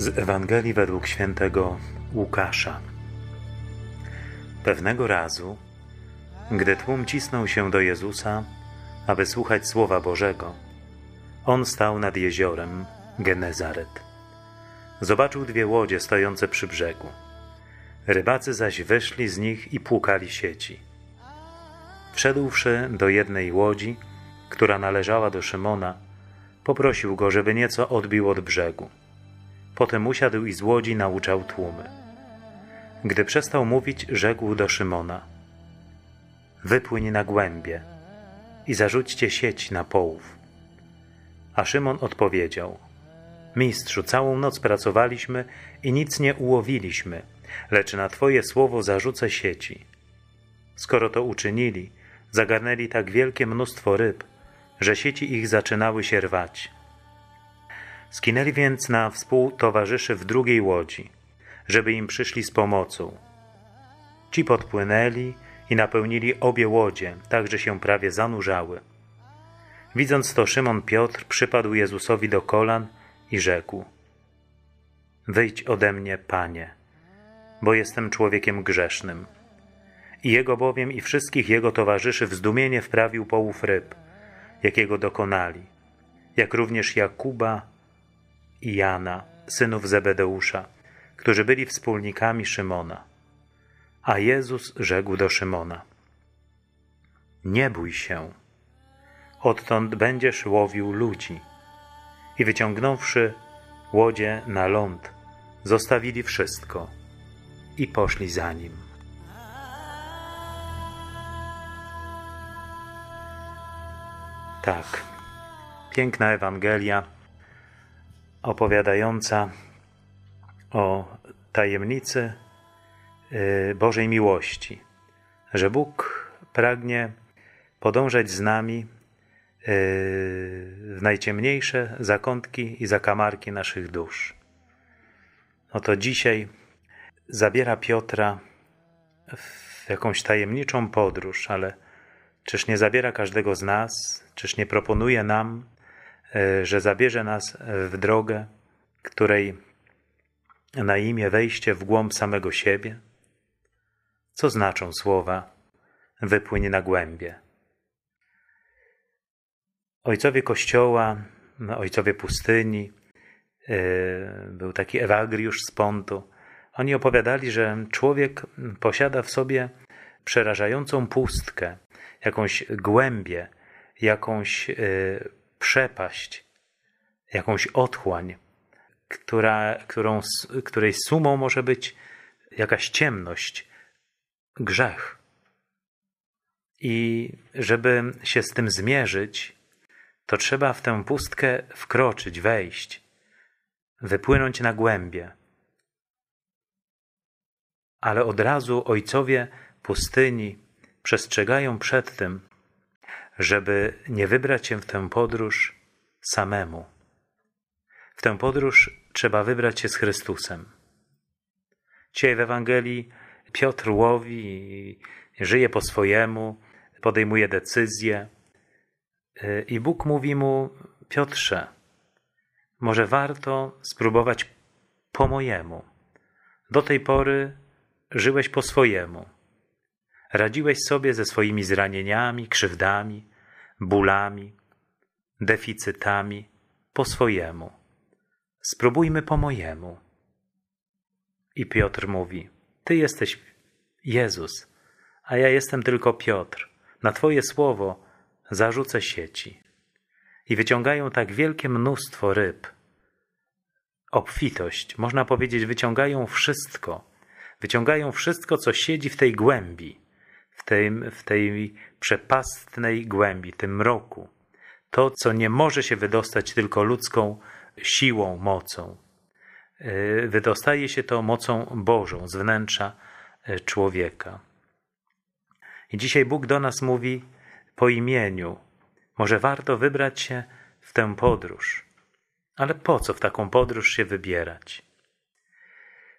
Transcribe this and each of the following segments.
Z Ewangelii według świętego Łukasza. Pewnego razu, gdy tłum cisnął się do Jezusa, aby słuchać Słowa Bożego, On stał nad jeziorem Genezaret. Zobaczył dwie łodzie stojące przy brzegu. Rybacy zaś wyszli z nich i płukali sieci. Wszedłszy do jednej łodzi, która należała do Szymona, poprosił go, żeby nieco odbił od brzegu. Potem usiadł i z łodzi nauczał tłumy. Gdy przestał mówić, rzekł do Szymona: wypłyń na głębie i zarzućcie sieć na połów. A Szymon odpowiedział: Mistrzu, całą noc pracowaliśmy i nic nie ułowiliśmy, lecz na Twoje słowo zarzucę sieci. Skoro to uczynili, zagarnęli tak wielkie mnóstwo ryb, że sieci ich zaczynały się rwać. Skinęli więc na współtowarzyszy w drugiej łodzi, żeby im przyszli z pomocą. Ci podpłynęli i napełnili obie łodzie, tak że się prawie zanurzały. Widząc to, Szymon Piotr przypadł Jezusowi do kolan i rzekł: wyjdź ode mnie, Panie, bo jestem człowiekiem grzesznym. I jego bowiem i wszystkich jego towarzyszy w zdumienie wprawił połów ryb, jakiego dokonali, jak również Jakuba i Jana, synów Zebedeusza, którzy byli wspólnikami Szymona. A Jezus rzekł do Szymona: nie bój się, odtąd będziesz łowił ludzi. I wyciągnąwszy łodzie na ląd, zostawili wszystko i poszli za nim. Tak, piękna Ewangelia opowiadająca o tajemnicy Bożej miłości, że Bóg pragnie podążać z nami w najciemniejsze zakątki i zakamarki naszych dusz. Oto dzisiaj zabiera Piotra w jakąś tajemniczą podróż, ale czyż nie zabiera każdego z nas, czyż nie proponuje nam, że zabierze nas w drogę, której na imię wejście w głąb samego siebie? Co znaczą słowa wypłyń na głębie? Ojcowie Kościoła, ojcowie pustyni, był taki Ewagriusz z Pontu, oni opowiadali, że człowiek posiada w sobie przerażającą pustkę, jakąś głębię, jakąś przepaść, jakąś otchłań, której sumą może być jakaś ciemność, grzech. I żeby się z tym zmierzyć, to trzeba w tę pustkę wkroczyć, wejść, wypłynąć na głębie. Ale od razu ojcowie pustyni przestrzegają przed tym, żeby nie wybrać się w tę podróż samemu. W tę podróż trzeba wybrać się z Chrystusem. Dzisiaj w Ewangelii Piotr łowi i żyje po swojemu, podejmuje decyzje i Bóg mówi mu: Piotrze, może warto spróbować po mojemu. Do tej pory żyłeś po swojemu. Radziłeś sobie ze swoimi zranieniami, krzywdami, bólami, deficytami po swojemu. Spróbujmy po mojemu. I Piotr mówi: ty jesteś Jezus, a ja jestem tylko Piotr. Na Twoje słowo zarzucę sieci. I wyciągają tak wielkie mnóstwo ryb. Obfitość, można powiedzieć, wyciągają wszystko. Wyciągają wszystko, co siedzi w tej głębi, w tej przepastnej głębi, tym mroku. To, co nie może się wydostać tylko ludzką siłą, mocą. Wydostaje się to mocą Bożą z wnętrza człowieka. I dzisiaj Bóg do nas mówi po imieniu: może warto wybrać się w tę podróż. Ale po co w taką podróż się wybierać?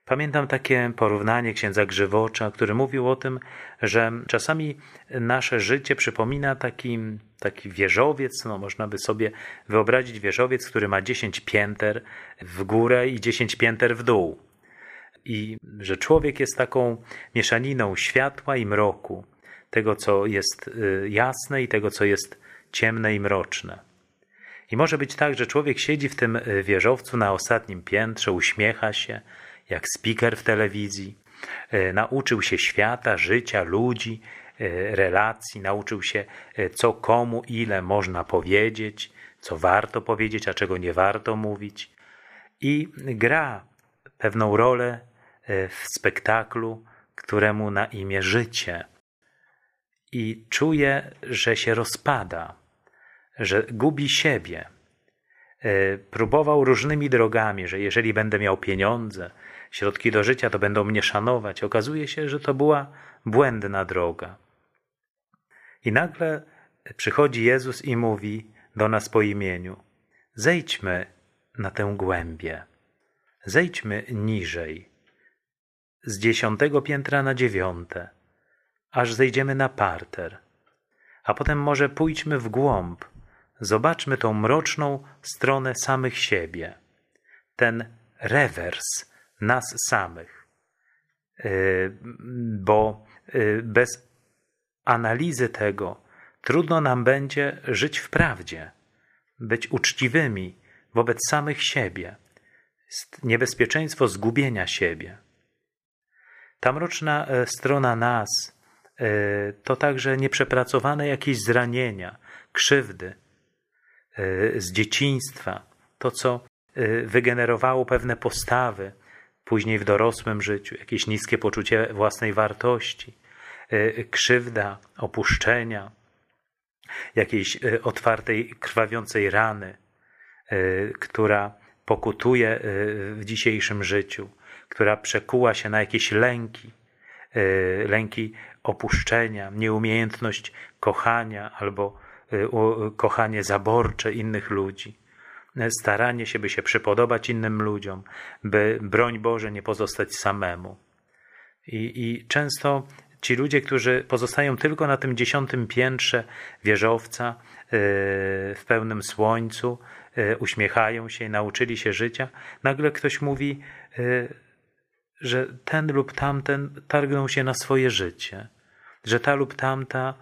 Pamiętam takie porównanie księdza Grzywocza, który mówił o tym, że czasami nasze życie przypomina taki wieżowiec, można by sobie wyobrazić wieżowiec, który ma 10 pięter w górę i 10 pięter w dół. I że człowiek jest taką mieszaniną światła i mroku, tego co jest jasne i tego co jest ciemne i mroczne. I może być tak, że człowiek siedzi w tym wieżowcu na ostatnim piętrze, uśmiecha się, jak speaker w telewizji, nauczył się świata, życia, ludzi, relacji, nauczył się co komu, ile można powiedzieć, co warto powiedzieć, a czego nie warto mówić i gra pewną rolę w spektaklu, któremu na imię życie i czuje, że się rozpada, że gubi siebie. Próbował różnymi drogami, że jeżeli będę miał pieniądze, środki do życia, to będą mnie szanować. Okazuje się, że to była błędna droga. I nagle przychodzi Jezus i mówi do nas po imieniu: zejdźmy na tę głębię, zejdźmy niżej, z 10. piętra na 9, aż zejdziemy na parter, a potem może pójdźmy w głąb, zobaczmy tą mroczną stronę samych siebie, ten rewers nas samych, bo bez analizy tego trudno nam będzie żyć w prawdzie, być uczciwymi wobec samych siebie. Jest niebezpieczeństwo zgubienia siebie. Ta mroczna strona nas to także nieprzepracowane jakieś zranienia, krzywdy z dzieciństwa, to co wygenerowało pewne postawy później w dorosłym życiu, jakieś niskie poczucie własnej wartości, krzywda, opuszczenia, jakiejś otwartej, krwawiącej rany, która pokutuje w dzisiejszym życiu, która przekuła się na jakieś lęki opuszczenia, nieumiejętność kochania albo kochanie zaborcze innych ludzi, staranie się, by się przypodobać innym ludziom, by, broń Boże, nie pozostać samemu. I często ci ludzie, którzy pozostają tylko na tym 10. piętrze wieżowca w pełnym słońcu, uśmiechają się i nauczyli się życia, nagle ktoś mówi, że ten lub tamten targnął się na swoje życie, że ta lub tamta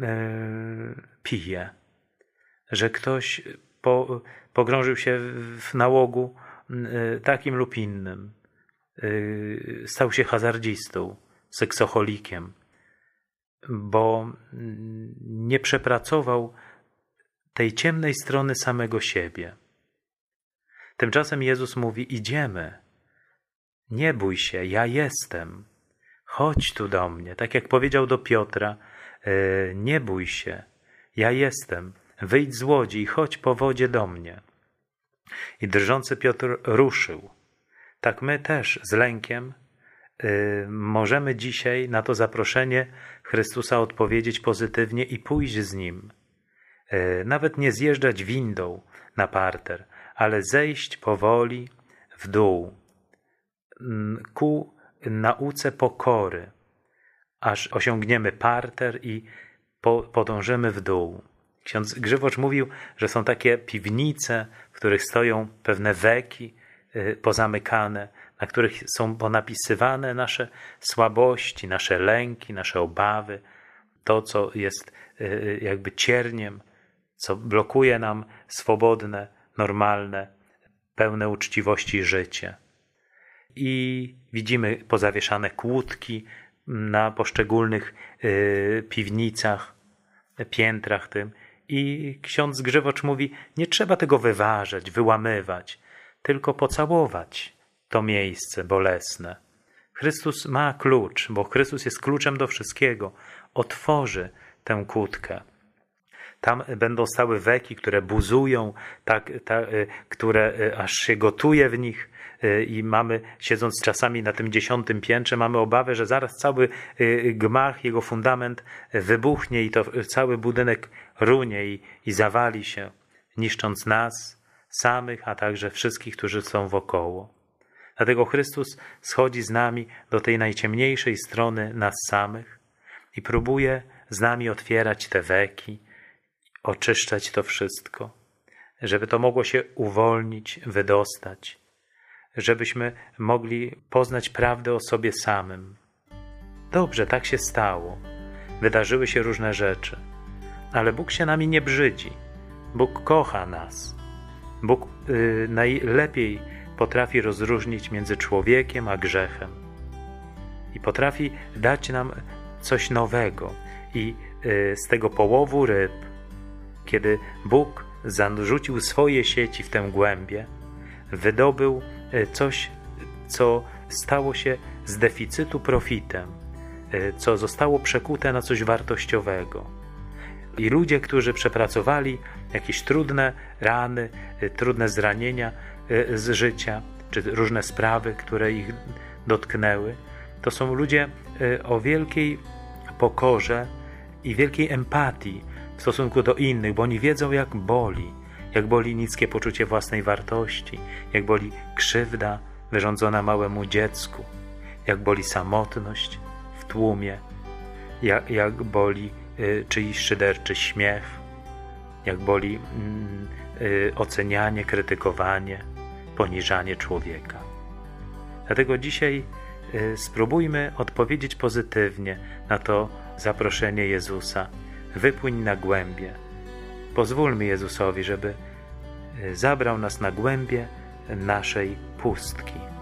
pije, że ktoś pogrążył się w nałogu takim lub innym, stał się hazardzistą, seksocholikiem, bo nie przepracował tej ciemnej strony samego siebie. Tymczasem Jezus mówi: idziemy, nie bój się, ja jestem, chodź tu do mnie. Tak jak powiedział do Piotra: nie bój się, ja jestem, wyjdź z łodzi i chodź po wodzie do mnie. I drżący Piotr ruszył. Tak my też z lękiem możemy dzisiaj na to zaproszenie Chrystusa odpowiedzieć pozytywnie i pójść z Nim. Nawet nie zjeżdżać windą na parter, ale zejść powoli w dół, ku nauce pokory, aż osiągniemy parter i podążymy w dół. Ksiądz Grzywocz mówił, że są takie piwnice, w których stoją pewne weki pozamykane, na których są ponapisywane nasze słabości, nasze lęki, nasze obawy, to, co jest jakby cierniem, co blokuje nam swobodne, normalne, pełne uczciwości życie. I widzimy pozawieszane kłódki na poszczególnych piwnicach, piętrach tym. I ksiądz Grzywocz mówi: nie trzeba tego wyważać, wyłamywać, tylko pocałować to miejsce bolesne. Chrystus ma klucz, bo Chrystus jest kluczem do wszystkiego. Otworzy tę kłódkę. Tam będą stały weki, które buzują, które aż się gotuje w nich i mamy, siedząc czasami na tym 10. piętrze, mamy obawę, że zaraz cały gmach, jego fundament wybuchnie i to cały budynek runie i zawali się, niszcząc nas samych, a także wszystkich, którzy są wokoło. Dlatego Chrystus schodzi z nami do tej najciemniejszej strony nas samych i próbuje z nami otwierać te weki, oczyszczać to wszystko, żeby to mogło się uwolnić, wydostać, żebyśmy mogli poznać prawdę o sobie samym. Dobrze, tak się stało. Wydarzyły się różne rzeczy, ale Bóg się nami nie brzydzi. Bóg kocha nas. Bóg najlepiej potrafi rozróżnić między człowiekiem a grzechem. I potrafi dać nam coś nowego. I z tego połowu ryb, kiedy Bóg zarzucił swoje sieci w tę głębię, wydobył coś, co stało się z deficytu profitem, co zostało przekute na coś wartościowego. I ludzie, którzy przepracowali jakieś trudne rany, trudne zranienia z życia, czy różne sprawy, które ich dotknęły, to są ludzie o wielkiej pokorze i wielkiej empatii w stosunku do innych, bo oni wiedzą, jak boli niskie poczucie własnej wartości, jak boli krzywda wyrządzona małemu dziecku, jak boli samotność w tłumie, jak boli czyjś szyderczy śmiech, jak boli ocenianie, krytykowanie, poniżanie człowieka. Dlatego dzisiaj spróbujmy odpowiedzieć pozytywnie na to zaproszenie Jezusa. Wypłyń na głębie. Pozwólmy Jezusowi, żeby zabrał nas na głębie naszej pustki.